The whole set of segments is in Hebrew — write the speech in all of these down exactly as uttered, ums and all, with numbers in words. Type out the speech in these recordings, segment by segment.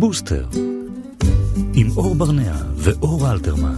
בוסטר עם אור ברנע ואור אלתרמן.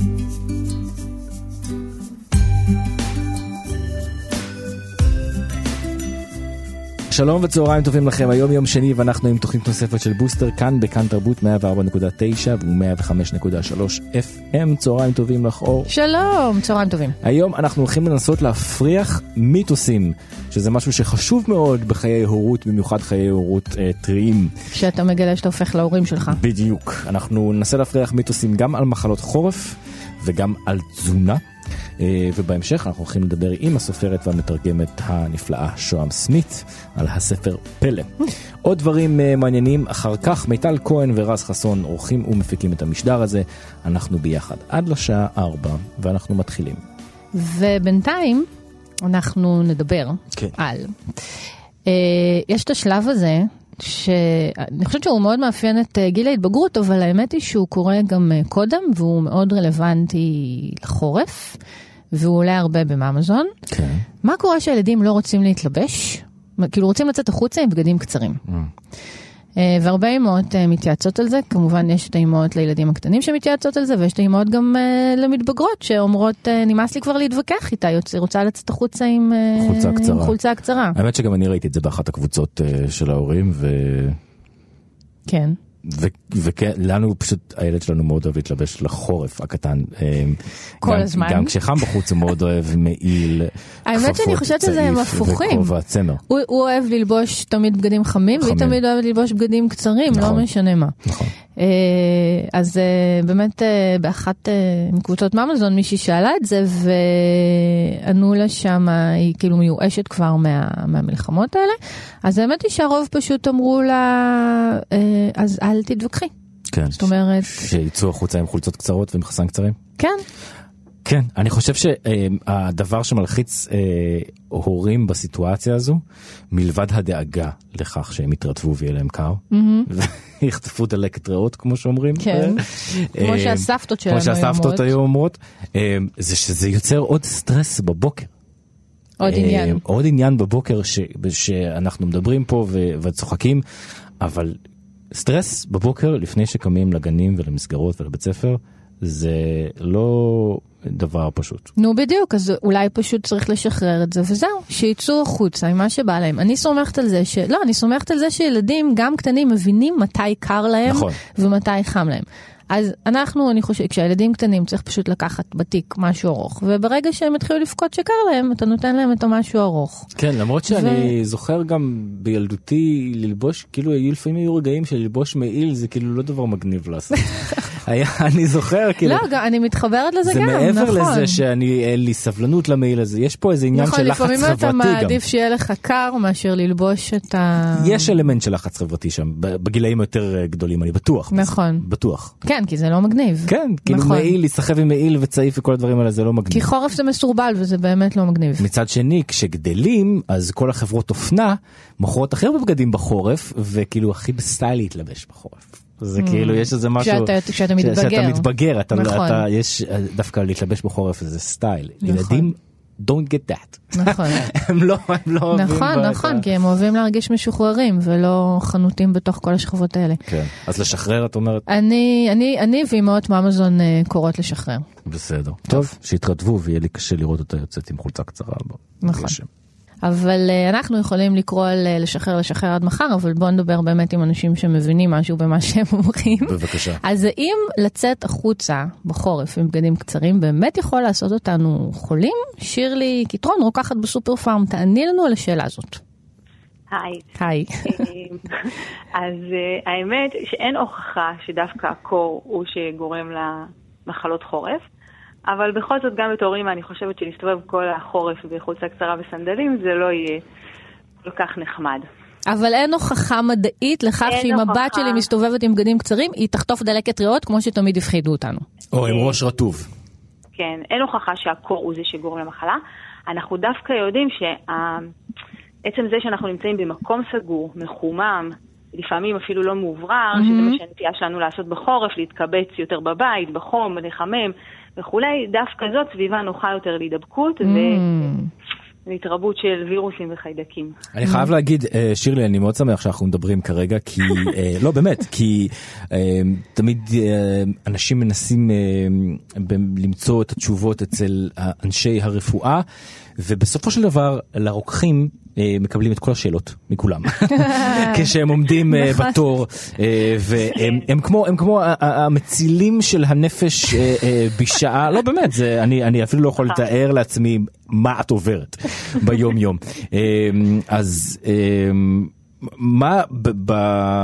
שלום וצהריים טובים לכם. היום יום שני ואנחנו עם תוכנית נוספת של בוסטר כאן בכאן תרבות מאה וארבע נקודה תשע ו-מאה וחמש נקודה שלוש אף אם. צהריים טובים לך אור. שלום, צהריים טובים. היום אנחנו הולכים לנסות להפריח מיתוסים, שזה משהו שחשוב מאוד בחיי הורות, במיוחד חיי הורות אה, טריים. שאתה מגלה שאתה הופך להורים שלך. בדיוק. אנחנו ננסה להפריח מיתוסים גם על מחלות חורף וגם על תזונה. ובהמשך אנחנו הולכים לדבר עם הסופרת והמתרגמת הנפלאה שוהם סמית על הספר פלא. עוד דברים מעניינים אחר כך. מיטל כהן ורז חסון עורכים ומפיקים את המשדר הזה. אנחנו ביחד עד לשעה ארבע ואנחנו מתחילים. ובינתיים אנחנו נדבר כן. על יש את השלב הזה שאני חושבת שהוא מאוד מאפיין את גיל ההתבגרות, אבל האמת היא שהוא קורה גם קודם, והוא מאוד רלוונטי לחורף, והוא עולה הרבה במאמזון. כן. מה קורה שהילדים לא רוצים להתלבש? כאילו רוצים לצאת החוצה עם בגדים קצרים. Mm. והרבה אימהות מתייעצות על זה, כמובן יש את האימהות לילדים הקטנים שמתייעצות על זה, ויש את האימהות גם למתבגרות שאומרות, נמאס לי כבר להתווכח איתה, רוצה לצאת החוצה עם חולצה קצרה. עם חולצה קצרה. האמת שגם אני ראיתי את זה באחת הקבוצות של ההורים, ו... כן. ולנו פשוט הילד שלנו מאוד אוהב להתלבש לחורף הקטן. כל הזמן. גם כשחם בחוץ הוא מאוד אוהב מעיל, האמת שאני חושבת שזה הם הפוכים. וכובע צמר. הוא אוהב ללבוש תמיד בגדים חמים, והיא תמיד אוהבת ללבוש בגדים קצרים, לא משנה מה. נכון. אז באמת באחת מקבוצות מאמזון מישהי שאלה את זה, וענו לה שם, היא כאילו מיואשת כבר מהמלחמות האלה, אז האמת היא שהרוב פשוט אמרו לה, אז אל תתווכחי. כן. זאת אומרת... שיצאו החוצה עם חולצות קצרות ועם חסן קצרים? כן. כן, אני חושב שהדבר שמלחיץ אה, הורים בסיטואציה הזו, מלבד הדאגה לכך שהם יתרטבו ויהיה להם קר, mm-hmm. ויחטפו דלקת ריאות, כמו שאומרים. כן, אה, כמו שהסבתות שלנו כמו שהסבתות היו אומרות, אה, זה שזה יוצר עוד סטרס בבוקר. עוד עניין. אה, עוד עניין בבוקר ש, שאנחנו מדברים פה ו, וצוחקים, אבל סטרס בבוקר לפני שקמים לגנים ולמסגרות ולבית ספר, זה לא דבר פשוט. נו בדיוק, אז אולי פשוט צריך לשחרר את זה, וזהו, שיצאו החוצה עם מה שבא להם. אני סומכת על זה ש... לא, אני סומכת על זה שילדים, גם קטנים, מבינים מתי קר להם, נכון. ומתי חם להם. אז אנחנו, אני חושבת, כשהילדים קטנים צריך פשוט לקחת בתיק משהו ארוך, וברגע שהם התחילו לפקוד שקר להם, אתה נותן להם את המשהו ארוך. כן, למרות שאני ו... זוכר גם בילדותי ללבוש, כאילו לפעמים היו רגעים של ללבוש מעיל, זה כאילו לא דבר מגניב לעשות. היה, אני זוכר, כאילו... לא, אני מתחברת לזה זה גם, נכון. זה מעבר לזה שאני, אין לי סבלנות למעיל הזה, יש פה איזה עניין נכון, של לחץ חברתי גם. נכון, לפעמים אתה מעדיף שיהיה לך קר, מאשר ללבוש את ה... יש אלמנט של לחץ חברתי שם, בגילאים יותר גדולים, אני בטוח. נכון. בטוח. כן, כי זה לא מגניב. כן, כאילו נכון. מעיל, להסתחב עם מעיל וצעיף וכל הדברים האלה, זה לא מגניב. כי חורף זה מסורבל, וזה באמת לא מגניב. מצד שני, כשגדלים, אז כל החברות אופנה, מוכרות הכי הרבה בגדים בחורף, וכאילו הכי בסטייל להתלבש בחורף. זה כאילו, יש איזה משהו... כשאתה מתבגר. כשאתה מתבגר, אתה, נכון. אתה, יש דווקא להתלבש בחורף, זה סטייל. נכון. ילדים, don't get that. נכון. הם לא, הם לא אוהבים... נכון, נכון, כי הם אוהבים להרגיש משוחררים, ולא חנותים בתוך כל השכבות האלה. כן. אז לשחרר, את אומרת? אני, אני, אני ואימהות מאמזון קוראות לשחרר. בסדר. טוב, שיתרטבו, ויהיה לי קשה לראות אותה יוצאת עם חולצה קצרה. נכון. אבל uh, אנחנו יכולים לקרוא על uh, לשחרר לשחרר עד מחר, אבל בואו נדבר באמת עם אנשים שמבינים משהו במה שהם אומרים. בבקשה. אז האם לצאת החוצה בחורף עם בגדים קצרים באמת יכול לעשות אותנו חולים? שירלי קיטרון, רוקחת בסופר פארם, תעני לנו על השאלה הזאת. היי. היי. אז uh, האמת שאין הוכחה שדווקא הקור הוא שגורם למחלות חורף, אבל בכל זאת גם בתור אימא אני חושבת שלהסתובב כל החורף בחולצה קצרה וסנדלים זה לא יהיה כל כך נחמד. אבל אין הוכחה מדעית לכך שאם הבת שלי מסתובבת עם בגדים קצרים היא תחטוף דלקת ריאות כמו שתמיד הפחידו אותנו. או עם ראש רטוב. כן, אין הוכחה שהקור הוא זה שגורם למחלה. אנחנו דווקא יודעים שעצם זה שאנחנו נמצאים במקום סגור, מחומם, לפעמים אפילו לא מאוברר, שזה מה שהנטייה שלנו לעשות בחורף, להתקבץ יותר בבית, בחום, לחמם וכולי, דווקא זאת סביבה נוחה יותר להידבקות, להתרבות של וירוסים וחיידקים. אני חייב להגיד, שירלי, אני מאוד שמח שאנחנו מדברים כרגע, כי, לא באמת, כי תמיד אנשים מנסים למצוא את התשובות אצל אנשי הרפואה, ובסופו של דבר לרוקחים מקבלים את כל השאלות מכולם כשהם עומדים בתור, והם כמו הם כמו המצילים של הנפש בשעה, לא באמת, זה אני אני אפילו לא יכול לתאר לעצמי מה את עוברת ביום יום. אז מה ב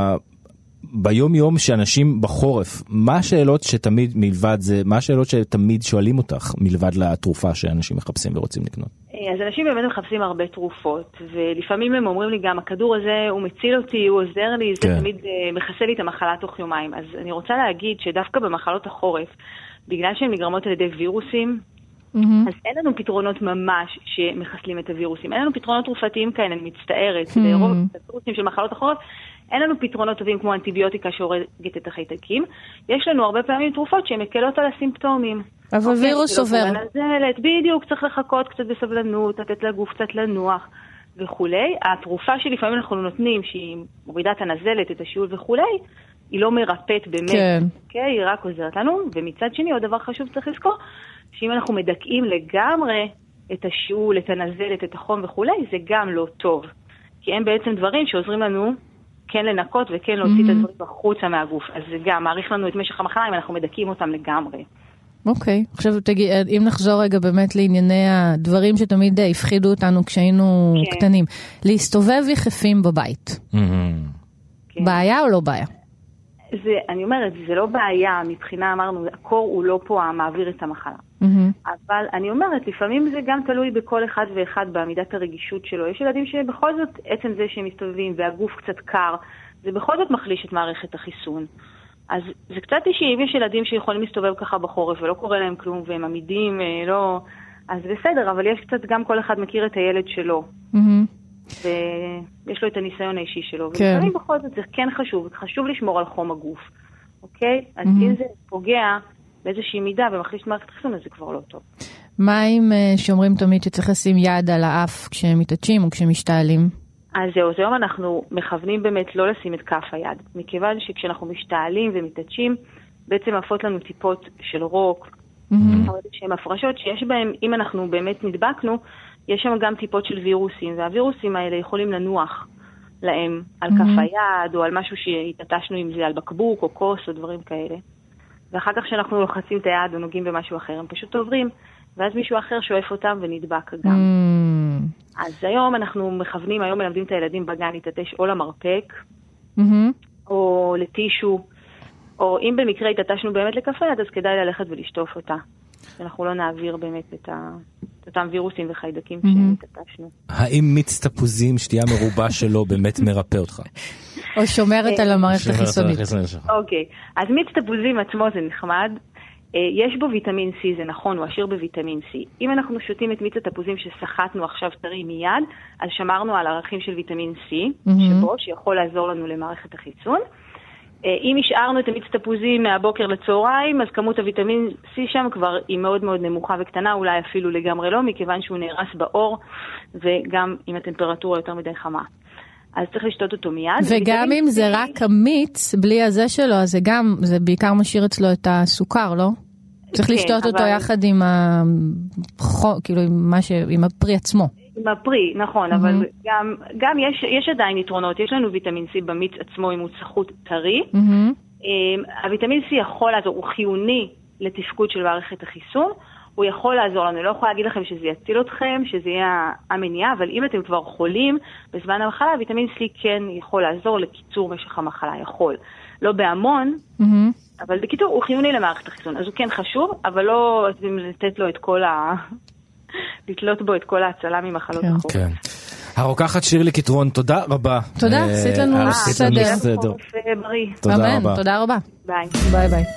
ביום יום שאנשים בחורף, מה השאלות שתמיד מלבד זה, מה השאלות שתמיד שואלים אותך מלבד לתרופה שאנשים מחפשים ורוצים לקנות? אז אנשים באמת מחפשים הרבה תרופות, ולפעמים הם אומרים לי גם, הכדור הזה הוא מציל אותי, הוא עוזר לי, זה כן. תמיד uh, מחסל לי את המחלה תוך יומיים. אז אני רוצה להגיד שדווקא במחלות החורף, בגלל שהן נגרמות על ידי וירוסים, mm-hmm. אז אין לנו פתרונות ממש שמחסלים את הווירוסים. אין לנו פתרונות תרופתיים כאלה, אני מצטערת, mm-hmm. לרוב הווירוסים של מחלות החורף, אין לנו פתרונות טובים כמו אנטיביוטיקה שהורגת את החיידקים. יש לנו הרבה פעמים תרופות שהן מקלות על הסימפטומים. אבל okay, וירוס עובר. מנזלת, בדיוק, צריך לחכות קצת בסבלנות, לתת לגוף קצת לנוח וכולי. התרופה שלפעמים אנחנו נותנים, שהיא מורידה את הנזלת, את השיעול וכולי, היא לא מרפאת באמת. כן. Okay, היא רק עוזרת לנו. ומצד שני, עוד דבר חשוב צריך לזכור, שאם אנחנו מדכאים לגמרי את השיעול, את הנזלת, את החום וכולי, זה גם לא טוב. כי הם בעצם דברים שעוזרים לנו כן לנקות וכן להוציא את הדברים בחוצה מהגוף. אז זה גם מעריך לנו את משך המחלה אם אנחנו מדכאים אותם לגמרי. אוקיי. עכשיו תגיד, אם נחזור רגע באמת לענייני הדברים שתמיד הפחידו אותנו כשהיינו קטנים. להסתובב יחפים בבית. בעיה או לא בעיה? זה, אני אומרת, זה לא בעיה, מבחינה אמרנו, הקור הוא לא פה המעביר את המחלה. Mm-hmm. אבל אני אומרת, לפעמים זה גם תלוי בכל אחד ואחד בעמידת הרגישות שלו. יש ילדים שבכל זאת, עצם זה שהם מסתובבים והגוף קצת קר, זה בכל זאת מחליש את מערכת החיסון. אז זה קצת אישי, אם יש ילדים שיכולים להסתובב ככה בחורף ולא קורה להם כלום והם עמידים, לא... אז בסדר, אבל יש קצת, גם כל אחד מכיר את הילד שלו. Mm-hmm. ויש לו את הניסיון האישי שלו. כן. ולפעמים בכל זאת זה כן חשוב, חשוב לשמור על חום הגוף. אוקיי? אז mm-hmm. אם זה פוגע באיזושהי מידה ומחליש את מערכת החיסון, אז זה כבר לא טוב. מה אם שאומרים תמיד שצריך לשים יד על האף כשהם מתעטשים או כשהם משתעלים? אז זהו, זהו אנחנו מכוונים באמת לא לשים את כף היד. מכיוון שכשאנחנו משתעלים ומתעטשים, בעצם עפות לנו טיפות של רוק, mm-hmm. שהן הפרשות שיש בהן, אם אנחנו באמת נדבקנו, יש שם גם טיפות של וירוסים, והווירוסים האלה יכולים לנוח להם על mm-hmm. כף היד, או על משהו שהתעטשנו עם זה, על בקבוק או כוס או דברים כאלה. ואחר כך שאנחנו לוחצים את היד או נוגעים במשהו אחר, הם פשוט עוברים, ואז מישהו אחר שואף אותם ונדבק גם. Mm-hmm. אז היום אנחנו מכוונים, היום מלמדים את הילדים בגן להתעטש או למרפק, mm-hmm. או לטישו, או אם במקרה התעטשנו באמת לכף היד, אז כדאי ללכת ולשטוף אותה. אנחנו לא נעביר באמת את ה... אותם וירוסים וחיידקים שהתעטשנו. האם מיץ תפוזים, שתייה מרובה שלו, באמת מרפא אותך? או שומרת על המערכת החיסונית. אוקיי, אז מיץ תפוזים עצמו זה נחמד. יש בו ויטמין C, זה נכון, הוא עשיר בוויטמין C. אם אנחנו שותים את מיץ התפוזים שסחטנו עכשיו טרי מיד, אז שמרנו על ערכים של ויטמין C, שבו, שיכול לעזור לנו למערכת החיסון. אם השארנו את המיץ תפוזים מהבוקר לצהריים, אז כמות הוויטמין C שם כבר היא מאוד מאוד נמוכה וקטנה, אולי אפילו לגמרי לא, מכיוון שהוא נהרס באור, וגם עם הטמפרטורה יותר מדי חמה. אז צריך לשתות אותו מיד. וגם אם זה רק המיץ, בלי הזה שלו, אז זה גם, זה בעיקר משאיר אצלו את הסוכר, לא? צריך לשתות אותו יחד עם כאילו עם הפרי עצמו. עם הפרי, נכון, אבל גם, גם יש, יש עדיין יתרונות. יש לנו ויטמין C במיץ עצמו עם מוצחות טרי. הוויטמין C יכול לעזור, הוא חיוני לתפקוד של מערכת החיסון. הוא יכול לעזור לנו. אני לא יכולה להגיד לכם שזה יציל אתכם, שזה יהיה המניעה, אבל אם אתם כבר חולים בזמן המחלה, ויטמין C כן יכול לעזור לקיצור משך המחלה, יכול. לא בהמון, אבל בקיצור הוא חיוני למערכת החיסון. אז הוא כן חשוב, אבל לא לתת לו את כל ה... לתלות בו את כל ההצלה ממחלות החורף. כן. הרוקחת שירלי קיטרון, תודה רבה. תודה, עשית לנו סדר. תודה רבה. תודה רבה. ביי. ביי ביי.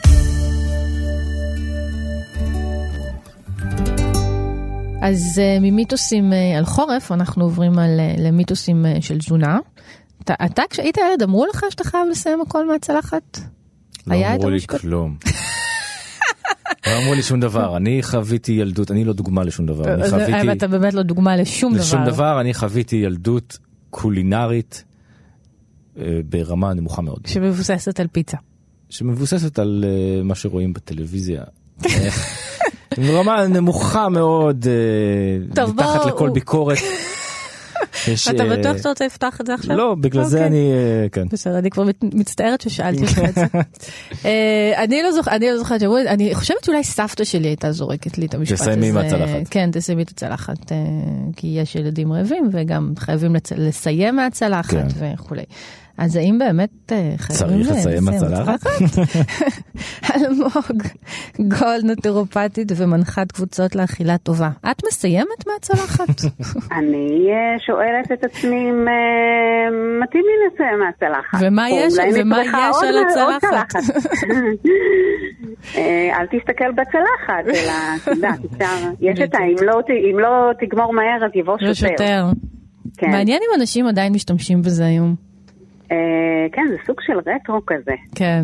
אז ממיתוסים על חורף, אנחנו עוברים למיתוסים של תזונה. אתה כשהיית ילד אמרו לך שאתה חייב לסיים הכל מהצלחת? לא אמרו לי כלום. לא אמרו לי שום דבר, אני חוויתי ילדות, אני לא דוגמה לשום דבר. אני חוויתי... אתה באמת לא דוגמה לשום דבר. לשום דבר, אני חוויתי ילדות קולינרית ברמה נמוכה מאוד. שמבוססת על פיצה. שמבוססת על מה שרואים בטלוויזיה. ברמה נמוכה מאוד, מתחת לכל ביקורת. אתה בטוח שאתה רוצה לפתח את זה עכשיו? לא, בגלל זה אני, כן. בסדר, אני כבר מצטערת ששאלתי לך את זה. אני לא זוכרת, אני חושבת שאולי סבתא שלי הייתה זורקת לי את המשפט הזה. תסיימי מהצלחת. כן, תסיימי את הצלחת, כי יש ילדים רעבים, וגם חייבים לסיים מהצלחת וכולי. אז האם באמת חייבים צריך לסיים הצלחת? אלמוג, גולד נטורופטית ומנחת קבוצות לאכילה טובה. את מסיימת מהצלחת? אני שואלת את עצמי אם מתאים לי לסיים מהצלחת. ומה יש על הצלחת? אל תסתכל בצלחת, אלא יש את אם לא תגמור מהר אז יבוא שוטר. מעניין אם אנשים עדיין משתמשים בזה היום. כן, זה סוג של רטרו כזה. כן.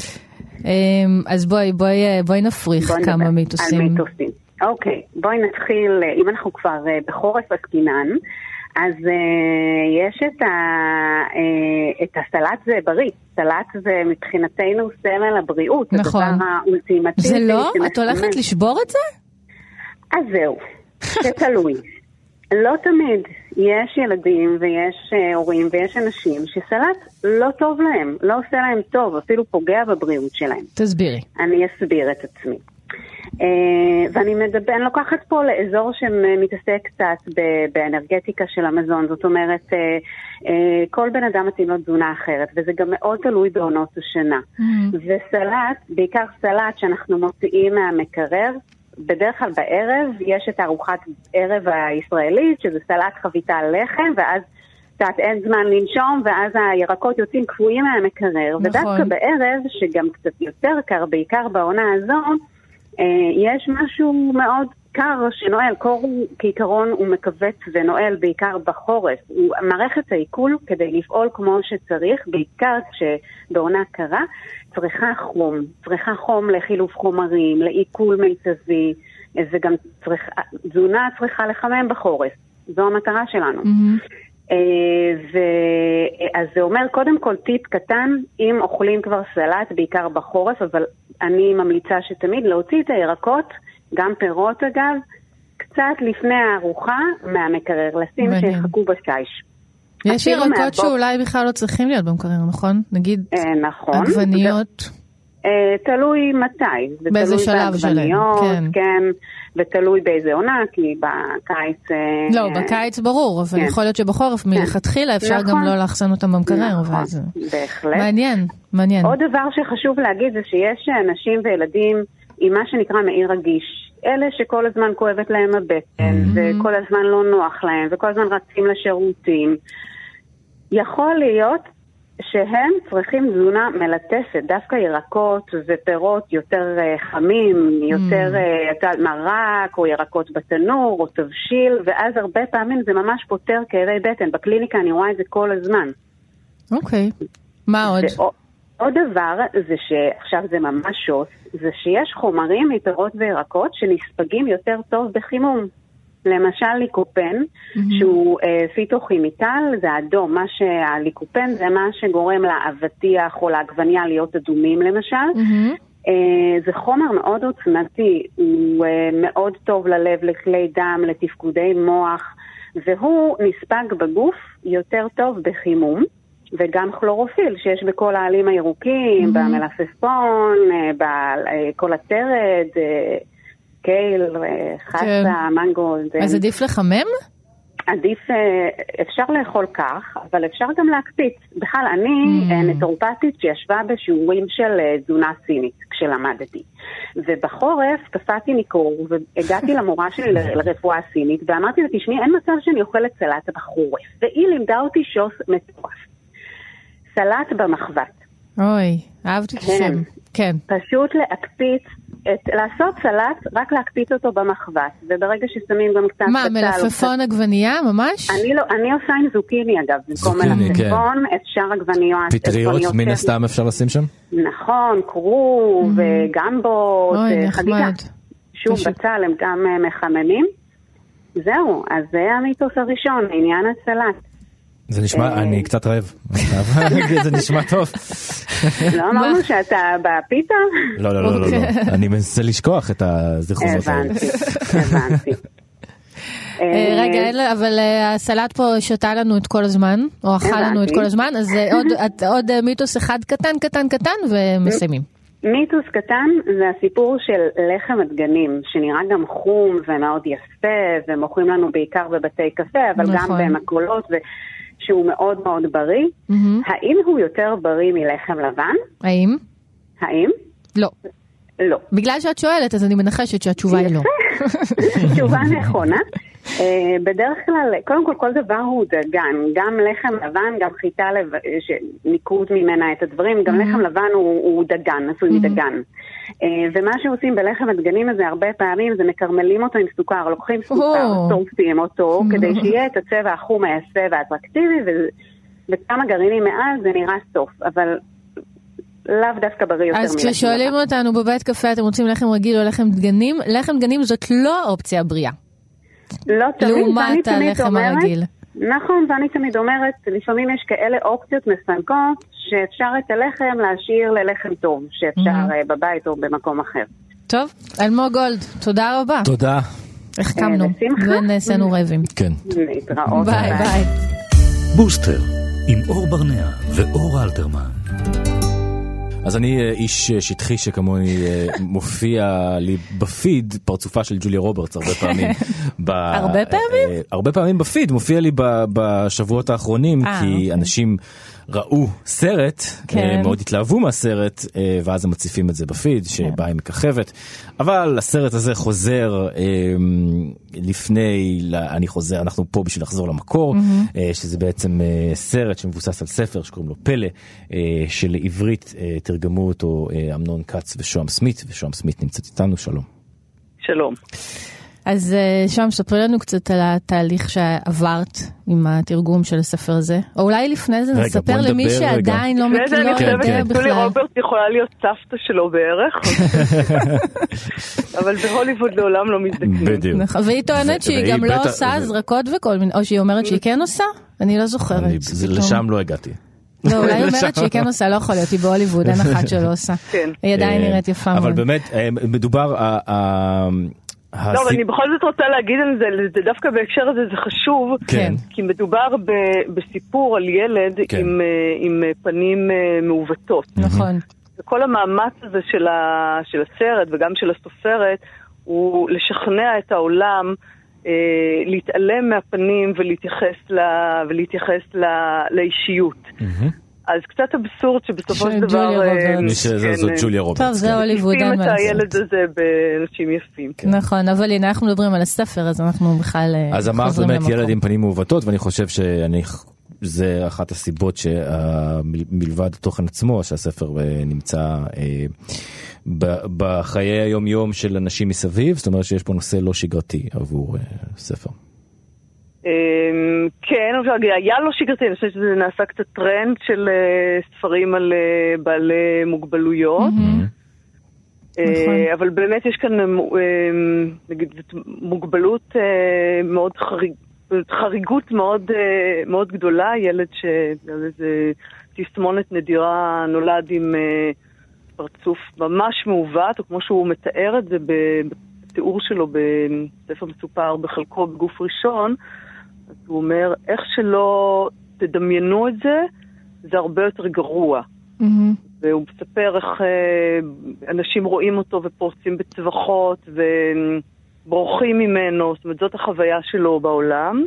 אז בואי, בואי, בואי נפריך כמה מיתוסים. על מיתוסים. אוקיי, בואי נתחיל, אם אנחנו כבר בחורף עסקינן, אז יש את ה, את הסלט זה בריא. סלט זה מבחינתנו סמל הבריאות. נכון. זה לא? את הולכת לשבור את זה? אז זהו, זה תלוי. לא תמיד. יש ילדים ויש הורים ויש אנשים שסלט לא טוב להם, לא עושה להם טוב, אפילו פוגע בבריאות שלהם. תסבירי. אני אסביר את עצמי. ואני מדבר, אני לוקחת פה לאזור שמתעסק קצת באנרגטיקה של המזון, זאת אומרת, כל בן אדם מתאים לו תזונה אחרת, וזה גם מאוד תלוי בעונות השנה. וסלט, בעיקר סלט שאנחנו מוציאים מהמקרר, בדרך כלל בערב יש את ארוחת ערב הישראלית, שזה סלט חביתה על לחם, ואז קצת אין זמן לנשום, ואז הירקות יוצאים קפואים מהמקרר. נכון. ודווקא בערב, שגם קצת יותר קר, בעיקר בעונה הזו, יש משהו מאוד קר שנועל. קור כעיקרון הוא מקווץ ונועל בעיקר בחורף. מערכת העיכול כדי לפעול כמו שצריך, בעיקר שבעונה קרה, צריכה חום. צריכה חום לחילוף חומרים, לעיכול מיטבי, וגם צריך, תזונה צריכה לחמם בחורף. זו המטרה שלנו. Mm-hmm. ו... אז זה אומר קודם כל טיפ קטן, אם אוכלים כבר סלט בעיקר בחורף, אבל אני ממליצה שתמיד להוציא את הירקות, גם פירות אגב, קצת לפני הארוחה מהמקרר, לשים שיחכו בשיש. יש ירקות מהבוק... שאולי בכלל לא צריכים להיות במקרר, נכון? נגיד נכון. עגבניות. ו... תלוי מתי. באיזה שלב שלהם. כן. כן. ותלוי באיזה עונה, כי בקיץ... לא, בקיץ ברור, אבל יכול להיות שבחורף מלכתחילה אפשר גם לא לאחסן אותם במקרר. נכון, בהחלט. מעניין, מעניין. עוד דבר שחשוב להגיד זה שיש אנשים וילדים עם מה שנקרא מעי רגיש. אלה שכל הזמן כואבת להם הבטן, וכל הזמן לא נוח להם, וכל הזמן רצים לשירותים. יכול להיות שהם צריכים תזונה מלטפת, דווקא ירקות ופירות יותר חמים, יותר mm. מרק או ירקות בתנור או תבשיל, ואז הרבה פעמים זה ממש פותר כאבי בטן. בקליניקה אני רואה את זה כל הזמן. אוקיי. Okay. מה עוד? ועוד, עוד דבר זה שעכשיו זה ממש שוס, זה שיש חומרים מפירות וירקות שנספגים יותר טוב בחימום. למשל ליקופן, mm-hmm. שהוא אה, פיטוכימיטל, זה אדום, מה שהליקופן זה מה שגורם לאבטיח או לעגבניה להיות אדומים למשל. Mm-hmm. אה, זה חומר מאוד עוצמתי, הוא אה, מאוד טוב ללב, לכלי דם, לתפקודי מוח, והוא נספג בגוף יותר טוב בחימום, וגם כלורופיל שיש בכל העלים הירוקים, mm-hmm. במלפפון, אה, בכל הטרד, אה, קייל, חסה, מנגו. אז עדיף לחמם? עדיף, אפשר לאכול כך, אבל אפשר גם להקפיץ. בכלל, אני נטורופטית שישבה בשיעורים של תזונה סינית כשלמדתי. ובחורף קפאתי מקור, והגעתי למורה שלי לרפואה סינית, ואמרתי לה, תשמעי, אין מצב שאני אוכלת סלט בחורף. והיא לימדה אותי שוס מטורף. סלט במחבת. אוי, אהבתי את השם. כן. פשוט להקפיץ, את, לעשות סלט, רק להקפיץ אותו במחבת, וברגע ששמים גם קצת... מה, מלפפון עגבנייה ממש? אני לא, אני עושה עם זוקיני אגב, במקום מלפפון, את שאר עגבניות. פטריות מן הסתם אפשר לשים שם? נכון, קרוב, גמבות, חגיגה. שוב, בצל הם גם מחממים. זהו, אז זה המיתוס הראשון, עניין הסלט. זה נשמע, אני קצת רעב. זה נשמע טוב. לא אמרנו שאתה בפיתה? לא, לא, לא, לא. אני מנסה לשכוח את הזיכרונות האלה. הבנתי, הבנתי. רגע, אבל הסלט פה שתה לנו את כל הזמן, או אכל לנו את כל הזמן, אז עוד מיתוס אחד קטן, קטן, קטן, ומסיימים. מיתוס קטן זה הסיפור של לחם הדגנים, שנראה גם חום ומאוד יפה, ומוכרים לנו בעיקר בבתי קפה, אבל גם במקולות, שהוא מאוד מאוד בריא. האם הוא יותר בריא מלחם לבן? האם? האם? לא. לא. בגלל שאת שואלת, אז אני מנחשת שהתשובה היא לא. תשובה נכונה. בדרך כלל, קודם כל, כל דבר הוא דגן. גם לחם לבן, גם חיטה שניקוד ממנה את הדברים, גם לחם לבן הוא דגן, עשוי מדגן. ומה שעושים בלחם הדגנים הזה הרבה פעמים, זה מקרמלים אותו עם סוכר, לוקחים סוכר, שורפים אותו, כדי שיהיה את הצבע החום היפה והאטרקטיבי, וכמה גרעינים מעל זה נראה סוף. אבל לאו דווקא בריא יותר מלחם. אז כששואלים אותנו בבית קפה, אתם רוצים לחם רגיל או לחם דגנים? לחם דגנים זאת לא האופציה הבריאה. לא תמיד, לעומת הלחם הרגיל. נכון, ואני תמיד אומרת, לפעמים יש כאלה אופציות מסנקות, שאפשר את הלחם להשאיר ללחם טוב, שאפשר בבית או במקום אחר. טוב, אלמוג גולד, תודה רבה. תודה. החכמנו, ונעשינו רעבים. כן. להתראות. ביי ביי. בוסטר, עם אור ברנע ואור אלתרמן. אז אני איש שטחי שכמוני מופיע לי בפיד, פרצופה של ג'וליה רוברטס הרבה פעמים. הרבה פעמים? הרבה פעמים בפיד, מופיע לי בשבועות האחרונים, כי אנשים ראו סרט, מאוד התלהבו מהסרט, ואז הם מציפים את זה בפיד, שבה היא מככבת. אבל הסרט הזה חוזר לפני, אני חוזר, אנחנו פה בשביל לחזור למקור, שזה בעצם סרט שמבוסס על ספר שקוראים לו פלא, שלעברית תרגמו אותו אמנון קץ ושוהם סמית, ושוהם סמית נמצאת איתנו, שלום. שלום. אז שוהם, ספרי לנו קצת על התהליך שעברת עם התרגום של הספר הזה. או אולי לפני זה נספר למי שעדיין לא מכיר יודע בכלל. ג'וליה רוברטס יכולה להיות סבתא שלו בערך, אבל בהוליווד לעולם לא מזדקנים. בדיוק. והיא טוענת שהיא גם לא עושה זרקות וכל מיני, או שהיא אומרת שהיא כן עושה? אני לא זוכרת. לשם לא הגעתי. לא, אולי היא אומרת שהיא כן עושה, לא יכול להיות, היא בהוליווד, אין אחת שלא עושה. היא עדיין נראית יפה מאוד. אבל באמת, מדובר... לא, אבל אני בכל זאת רוצה להגיד על זה, זה דווקא בהקשר הזה זה חשוב, כי מדובר בסיפור על ילד עם פנים מעוותות. נכון. וכל המאמץ הזה של הסרט וגם של הסופרת, הוא לשכנע את העולם, להתעלם מהפנים ולהתייחס לאישיות. אז קצת אבסורד שבסופו של דבר... זאת ג'וליה רוברטס. טוב, זה הוליווד. מוסיפים את הילד הזה באנשים יפים. נכון, אבל הנה, אנחנו מדברים על הספר, אז אנחנו בכלל חוזרים למקום. אז אמרת באמת ילד עם פנים מעוותות, ואני חושב שזה אחת הסיבות שמלבד התוכן עצמו, שהספר נמצא בחיי היום-יום של אנשים מסביב, זאת אומרת שיש פה נושא לא שגרתי עבור ספר. כן, היה לא שגרתי, אני חושבת שזה נעשה קצת טרנד של ספרים על בעלי מוגבלויות, אבל באמת יש כאן מוגבלות מאוד חריגות מאוד גדולה, ילד שזה תסמונת נדירה נולד עם פרצוף ממש מעוות, או כמו שהוא מתאר את זה בתיאור שלו בספר מסופר בחלקו בגוף ראשון, אז הוא אומר, איך שלא תדמיינו את זה, זה הרבה יותר גרוע. Mm-hmm. והוא מספר איך אה, אנשים רואים אותו ופורצים בצווחות ובורחים ממנו, זאת אומרת, זאת החוויה שלו בעולם.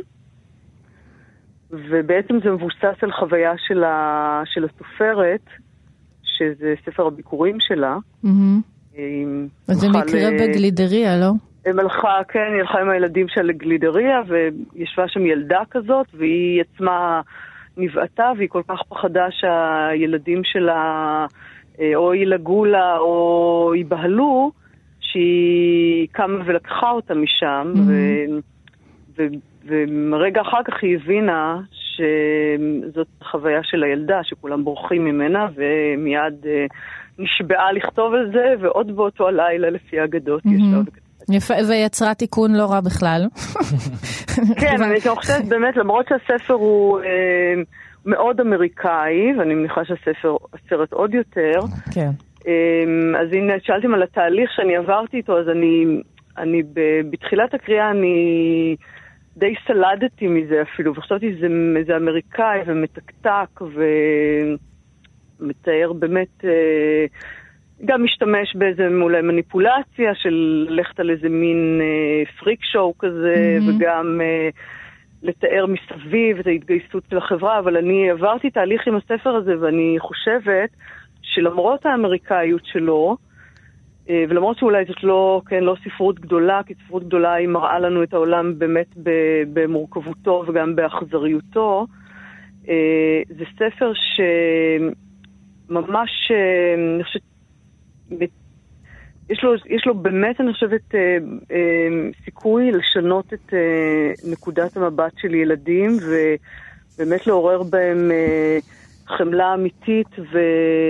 ובעצם זה מבוסס על חוויה של, ה, של הסופרת, שזה ספר הביקורים שלה. Mm-hmm. אז זה מקרה ל... בגלידריה, לא? הם הלכה, כן, היא הלכה עם הילדים שלה לגלידריה, וישבה שם ילדה כזאת, והיא עצמה נבעתה, והיא כל כך פחדה שהילדים שלה או ילגו לה או ייבהלו, שהיא קמה ולקחה אותה משם, mm-hmm. ורגע אחר כך היא הבינה שזאת חוויה של הילדה, שכולם בורחים ממנה, ומיד נשבעה לכתוב על זה, ועוד באותו הלילה לפי האגדות mm-hmm. ישבה וכתבה. יפה, ויצרה תיקון לא רע בכלל. כן, אני חושבת באמת, למרות שהספר הוא אה, מאוד אמריקאי, ואני מניחה שהספר, הסרט עוד יותר, כן. אה, אז הנה, שאלתם על התהליך שאני עברתי איתו, אז אני, אני ב, בתחילת הקריאה אני די סלדתי מזה אפילו, וחשבתי שזה זה אמריקאי ומתקתק ומתאר באמת... אה, גם משתמש באיזה אולי מניפולציה של ללכת על איזה מין אה, פריק שואו כזה, mm-hmm. וגם אה, לתאר מסביב את ההתגייסות של החברה, אבל אני עברתי תהליך עם הספר הזה, ואני חושבת שלמרות האמריקאיות שלו, אה, ולמרות שאולי זאת לא, כן, לא ספרות גדולה, כי ספרות גדולה היא מראה לנו את העולם באמת במורכבותו וגם באכזריותו, אה, זה ספר שממש, אה, אני חושבת, יש לו, יש לו באמת, אני חושבת, אה, אה, סיכוי לשנות את אה, נקודת המבט של ילדים, ובאמת לעורר בהם אה, חמלה אמיתית, ו,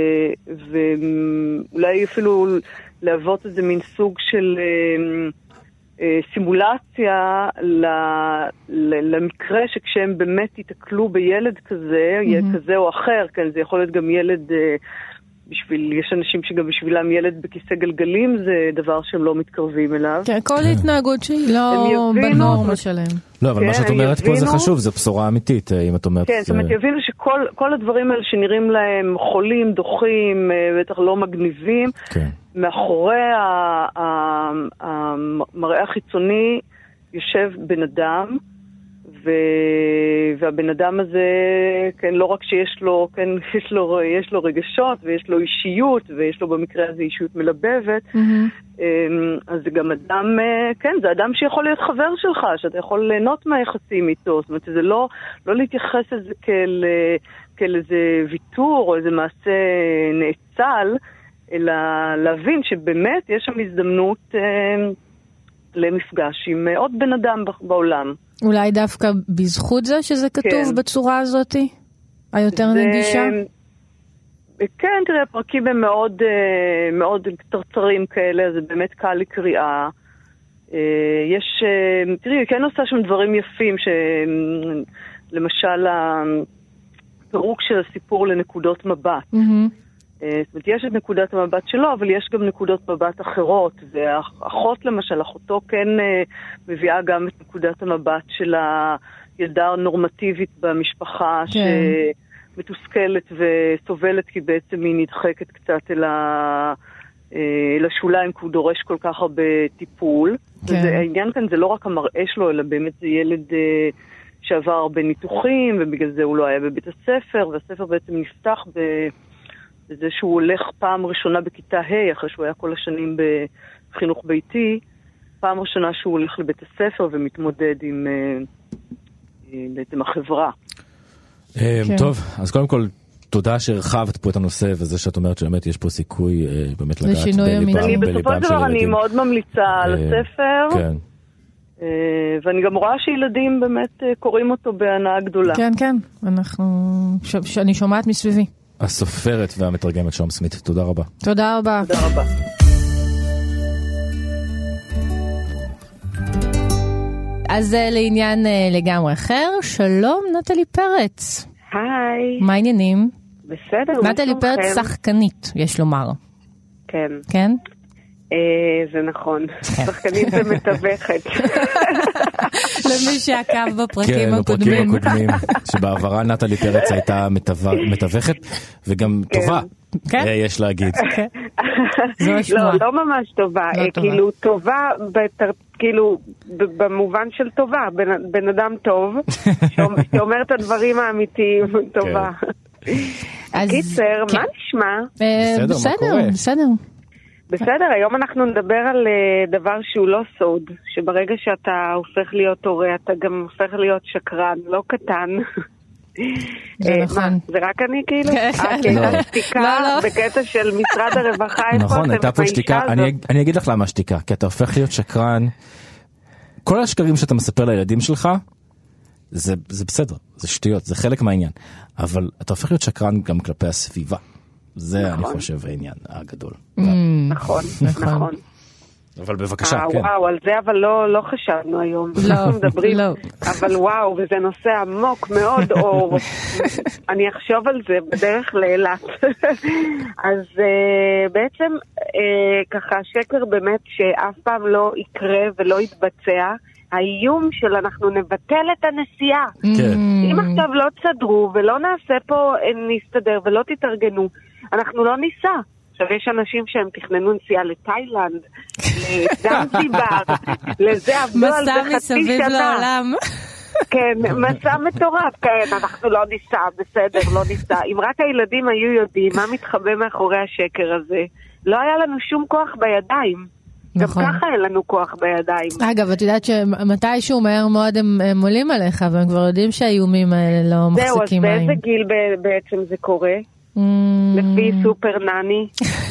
ואולי אפילו להוות איזה מין סוג של אה, אה, סימולציה ל, ל, למקרה שכשהם באמת יתקלו בילד כזה, mm-hmm. כזה או אחר, כן, זה יכול להיות גם ילד... אה, בשביל, יש אנשים שגם בשבילם ילד בכיסא גלגלים זה דבר שהם לא מתקרבים אליו. כן, כל התנהגות שהיא לא בנורמה שלהם. לא, אבל מה שאת אומרת פה זה חשוב, זה בשורה אמיתית, אם את אומרת... כן, זאת אומרת, יבינו שכל הדברים האלה שנראים להם חולים, דוחים, בטח לא מגניבים, מאחורי המראה החיצוני יושב בן אדם, ו... והבן אדם הזה, כן, לא רק שיש לו, כן, יש לו, יש לו רגשות ויש לו אישיות, ויש לו במקרה הזה אישיות מלבבת, mm-hmm. אז זה גם אדם, כן, זה אדם שיכול להיות חבר שלך, שאתה יכול ליהנות מהיחסים איתו, זאת אומרת, זה לא, לא להתייחס לזה כאל, כאל איזה ויתור או איזה מעשה נאצל, אלא להבין שבאמת יש שם הזדמנות למפגש עם עוד בן אדם בעולם. אולי דווקא בזכות זה שזה כתוב כן. בצורה הזאת? היותר זה... נגישה? כן, תראה, הפרקים הם מאוד, מאוד קצרצרים כאלה, זה באמת קל לקריאה. יש, תראי, כן עושה שם דברים יפים, שלמשל הפירוק של הסיפור לנקודות מבט. Mm-hmm. זאת אומרת, יש את נקודת המבט שלו, אבל יש גם נקודות מבט אחרות. ואחות למשל, אחותו כן מביאה גם את נקודת המבט של הילדה הנורמטיבית במשפחה, כן. שמתוסכלת וסובלת, כי בעצם היא נדחקת קצת אל, ה... אל השוליים, כי הוא דורש כל כך הרבה טיפול. כן. העניין כאן זה לא רק המראה שלו, אלא באמת זה ילד שעבר הרבה ניתוחים, ובגלל זה הוא לא היה בבית הספר, והספר בעצם נפתח ב... זה שהוא הולך פעם ראשונה בכיתה ה', אחרי שהוא היה כל השנים בחינוך ביתי, פעם ראשונה שהוא הולך לבית הספר ומתמודד עם בעצם החברה. טוב, אז קודם כל, תודה שהרחבת פה את הנושא, וזה שאת אומרת שבאמת יש פה סיכוי באמת לגעת בליבם של ילדים. בסופו של דבר אני מאוד ממליצה על הספר, ואני גם רואה שילדים באמת קוראים אותו בהנאה גדולה. כן, כן, אני שומעת מסביבי. הסופרת והמתרגמת שום סמית, תודה רבה. תודה רבה. תודה רבה. אז לעניין לגמרי אחר, שלום נטלי פרץ. היי. מה העניינים? בסדר. נטלי פרץ שחקנית, יש לומר. כן. כן? זה נכון. שחקנית ומתווכת. למי שעקב בפרקים הקודמים. כן, בפרקים הקודמים, שבעברה נטלי פרץ הייתה מתווכת, וגם טובה, יש להגיד. לא, לא ממש טובה. כאילו, טובה, כאילו, במובן של טובה, בן אדם טוב, שאומר את הדברים האמיתיים, טובה. קיצר, מה נשמע? בסדר, בסדר. בסדר, היום אנחנו נדבר על uh, דבר שהוא לא סוד, שברגע שאתה הופך להיות הורה, אתה גם הופך להיות שקרן, לא קטן. זה נכון. זה רק אני כאילו? לא. שתיקה בקטע של משרד הרווחה. נכון, הייתה פה שתיקה. אני אגיד לך למה שתיקה, כי אתה הופך להיות שקרן. כל השקרים שאתה מספר לילדים שלך, זה בסדר, זה שטויות, זה חלק מהעניין. אבל אתה הופך להיות שקרן גם כלפי הסביבה. זה אני חושב העניין הגדול. נכון, נכון. אבל בבקשה, כן. וואו, על זה אבל לא חשבנו היום. לא, לא. אבל וואו, וזה נושא עמוק מאוד, או אני אחשוב על זה בדרך לאילת. אז בעצם ככה שקר באמת שאף פעם לא יקרה ולא יתבצע, האיום של אנחנו נבטל את הנסיעה. אם עכשיו לא תסדרו ולא נעשה פה, נסתדר ולא תתארגנו, אנחנו לא ניסע. עכשיו יש אנשים שהם תכננו נסיעה לתאילנד, לזנזיבר, לזה עבדו על זה חצי שנה. מסע מסביב לעולם. כן, מסע מטורף, כן, אנחנו לא ניסע, בסדר, לא ניסע. אם רק הילדים היו יודעים מה מתחבא מאחורי השקר הזה, לא היה לנו שום כוח בידיים. נכון. גם ככה אין לנו כוח בידיים. אגב, את יודעת שמתישהו מהר מאוד הם, הם עולים עליך, והם כבר יודעים שהאיומים האלה לא מחזיקים מים. זהו, אז באיזה גיל בעצם זה קורה? לפי סופר נני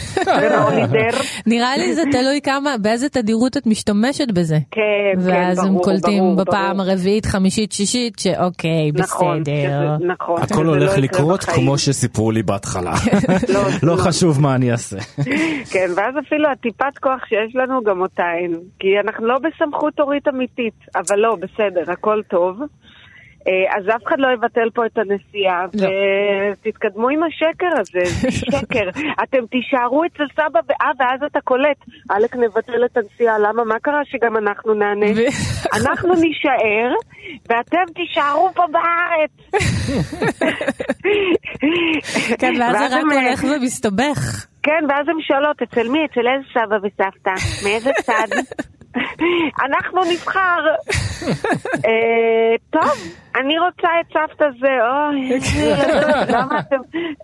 נראה לי זה תלוי כמה באיזה תדירות את משתמשת בזה, ואז הם קולטים בפעם הרביעית חמישית שישית שאוקיי בסדר, הכל הולך לקרות כמו שסיפרו לי בהתחלה, לא חשוב מה אני אעשה. כן, ואז אפילו הטיפת כוח שיש לנו גם אותה אין, כי אנחנו לא בסמכות הורית אמיתית, אבל לא, בסדר, הכל טוב. אז אף אחד לא יבטל פה את הנסיעה, ותתקדמו עם השקר הזה, זה שקר. אתם תישארו אצל סבא ואה, ואז אתה קולט, אלק נבטל את הנסיעה, למה? מה קרה שגם אנחנו נענה? אנחנו נשאר, ואתם תישארו פה בארץ. כן, ואז זה רק הולך ומסתבך. כן, ואז הם שואלות, אצל מי? אצל איזה סבא וסבתא? מאיזה צד? אנחנו נבחר. טוב, אני רוצה את סבתא זה. אוי, למה אתם...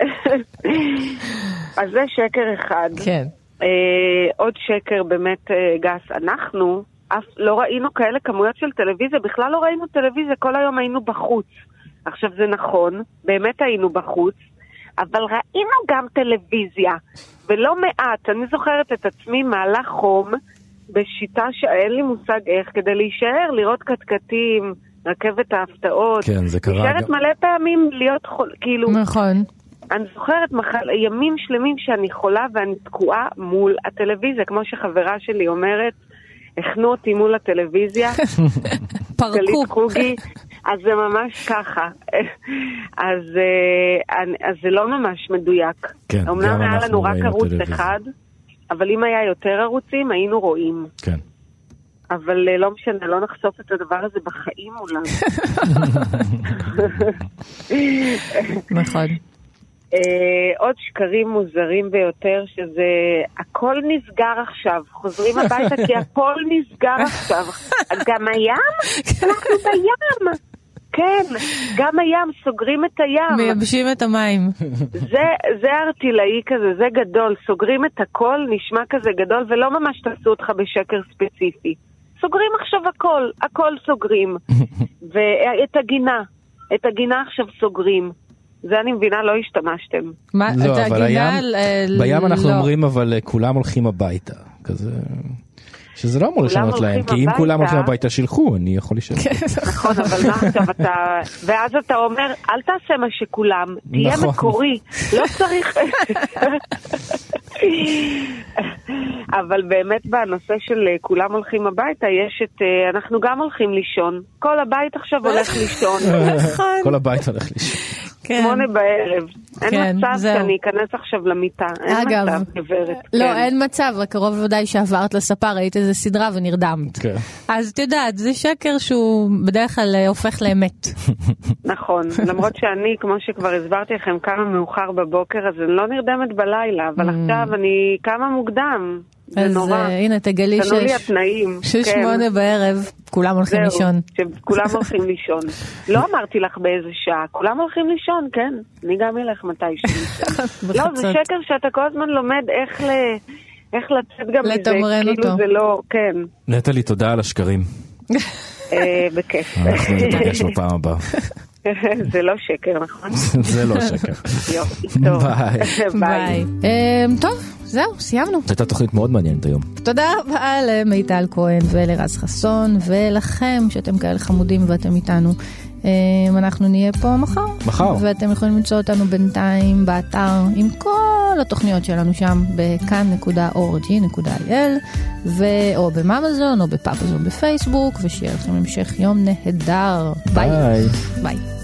אז זה שקר אחד. כן. עוד שקר באמת גס. אנחנו אף לא ראינו כאלה כמויות של טלוויזיה, בכלל לא ראינו טלוויזיה, כל היום היינו בחוץ. עכשיו זה נכון, באמת היינו בחוץ, אבל ראינו גם טלוויזיה, ולא מעט. אני זוכרת את עצמי מעלה חום, בשיטה שאין לי מושג איך, כדי להישאר, לראות קטקטים, רכבת ההפתעות. כן, זה קרה. נשארת מלא פעמים להיות חול, כאילו... נכון. אני זוכרת מחל, ימים שלמים שאני חולה ואני תקועה מול הטלוויזיה, כמו שחברה שלי אומרת, הכנו אותי מול הטלוויזיה. פרקו. אז זה ממש ככה. אז, אז זה לא ממש מדויק. כן, אמנם היה לנו רק ערוץ אחד, אבל אם היה יותר ערוצים, היינו רואים. כן. אבל לא משנה, לא נחשוף את הדבר הזה בחיים אולי. נכון. עוד שקרים מוזרים ביותר, שזה הכל נסגר עכשיו. חוזרים הביתה כי הכל נסגר עכשיו. גם הים? אנחנו בים. כן, גם הים, סוגרים את הים. מייבשים את המים. זה, זה ארטילאי כזה, זה גדול. סוגרים את הכל, נשמע כזה גדול, ולא ממש תעשו אותך בשקר ספציפי. סוגרים עכשיו הכל, הכל סוגרים. ואת הגינה, את הגינה עכשיו סוגרים. זה אני מבינה, לא השתמשתם. מה, לא, את אבל הגינה? הים, בים אנחנו לא. אומרים, אבל כולם הולכים הביתה. כזה... שזה לא אמור לשנות להם, כי אם כולם הולכים הביתה שילחו, אני יכול לשאול. נכון, אבל מה עכשיו אתה... ואז אתה אומר, אל תעשה מה שכולם, תהיה מקורי, לא צריך... אבל באמת בנושא של כולם הולכים הביתה, יש את... אנחנו גם הולכים לישון. כל הבית עכשיו הולך לישון. כל הבית הולך לישון. שמונה בערב. אין מצב שאני אכנס עכשיו למיטה. אין מצב, גברת. לא, אין מצב, הקרוב ודאי שעברת לספר, ראית איזה סדרה ונרדמת. אז את יודעת, זה שקר שהוא בדרך כלל הופך לאמת. נכון, למרות שאני, כמו שכבר הסברתי לכם, כמה מאוחר בבוקר, אז אני לא נרדמת בלילה, אבל עכשיו אני כמה מוקדם. אז הנה, תגלי ששמונה בערב, כולם הולכים לישון. כולם הולכים לישון. לא אמרתי לך באיזה שעה, כולם הולכים לישון, כן. אני גם אלך מתישהו. לא, זה שקר שאתה כל הזמן לומד איך לצאת גם מזה. לתמרן אותו. כאילו זה לא, כן. נטלי, תודה על השקרים. בכיף. אנחנו נתגש בפעם הבאה. זה לא שקר, נכון? זה לא שקר. יופי, טוב. ביי. ביי. טוב, זהו, סיימנו. זו הייתה תוכנית מאוד מעניינת היום. תודה רבה למיטל כהן ולרז חסון, ולכם שאתם כאלה חמודים ואתם איתנו. אנחנו נהיה פה מחר. מחר. ואתם יכולים למצוא אותנו בינתיים באתר עם כל התוכניות שלנו שם, בכאן נקודה אור ג'י נקודה איי אל, או במאמזון או בפאפזון בפייסבוק, ושיהיה לכם המשך יום נהדר. ביי. ביי. ביי.